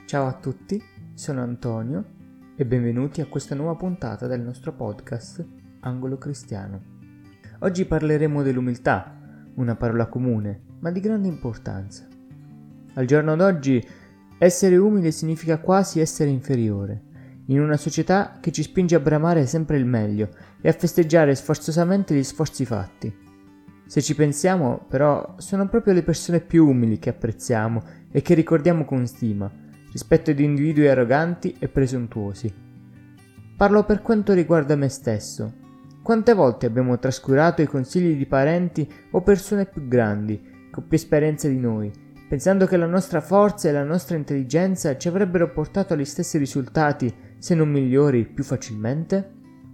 Ciao a tutti, sono Antonio e benvenuti a questa nuova puntata del nostro podcast Angolo Cristiano. Oggi parleremo dell'umiltà, una parola comune ma di grande importanza. Al giorno d'oggi essere umile significa quasi essere inferiore, in una società che ci spinge a bramare sempre il meglio e a festeggiare sforzosamente gli sforzi fatti. Se ci pensiamo, però, sono proprio le persone più umili che apprezziamo e che ricordiamo con stima, rispetto ad individui arroganti e presuntuosi. Parlo per quanto riguarda me stesso. Quante volte abbiamo trascurato i consigli di parenti o persone più grandi, con più esperienza di noi, pensando che la nostra forza e la nostra intelligenza ci avrebbero portato agli stessi risultati, se non migliori, più facilmente?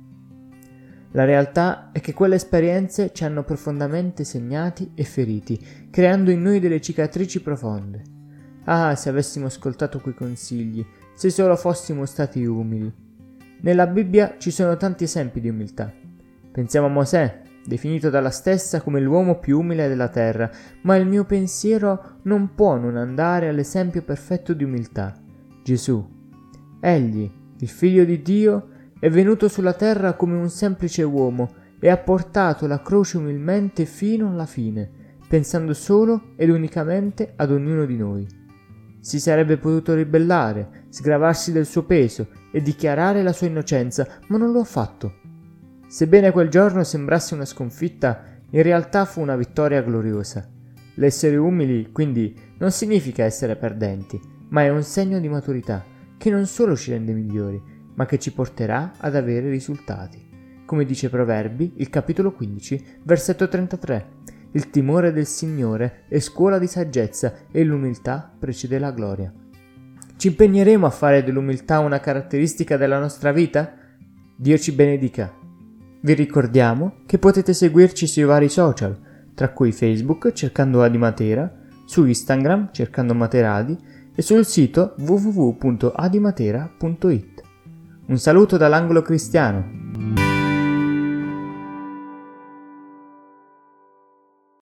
La realtà è che quelle esperienze ci hanno profondamente segnati e feriti, creando in noi delle cicatrici profonde. Ah, se avessimo ascoltato quei consigli, se solo fossimo stati umili. Nella Bibbia ci sono tanti esempi di umiltà. Pensiamo a Mosè, definito dalla stessa come l'uomo più umile della terra, ma il mio pensiero non può non andare all'esempio perfetto di umiltà: Gesù. Egli, il Figlio di Dio, è venuto sulla terra come un semplice uomo e ha portato la croce umilmente fino alla fine, pensando solo ed unicamente ad ognuno di noi. Si sarebbe potuto ribellare, sgravarsi del suo peso e dichiarare la sua innocenza, ma non lo ha fatto. Sebbene quel giorno sembrasse una sconfitta, in realtà fu una vittoria gloriosa. L'essere umili, quindi, non significa essere perdenti, ma è un segno di maturità, che non solo ci rende migliori, ma che ci porterà ad avere risultati. Come dice Proverbi, il capitolo 15, versetto 33. Il timore del Signore è scuola di saggezza e l'umiltà precede la gloria. Ci impegneremo a fare dell'umiltà una caratteristica della nostra vita? Dio ci benedica. Vi ricordiamo che potete seguirci sui vari social, tra cui Facebook cercando Adi Matera, su Instagram cercando Materadi e sul sito www.adimatera.it. Un saluto dall'Angolo Cristiano.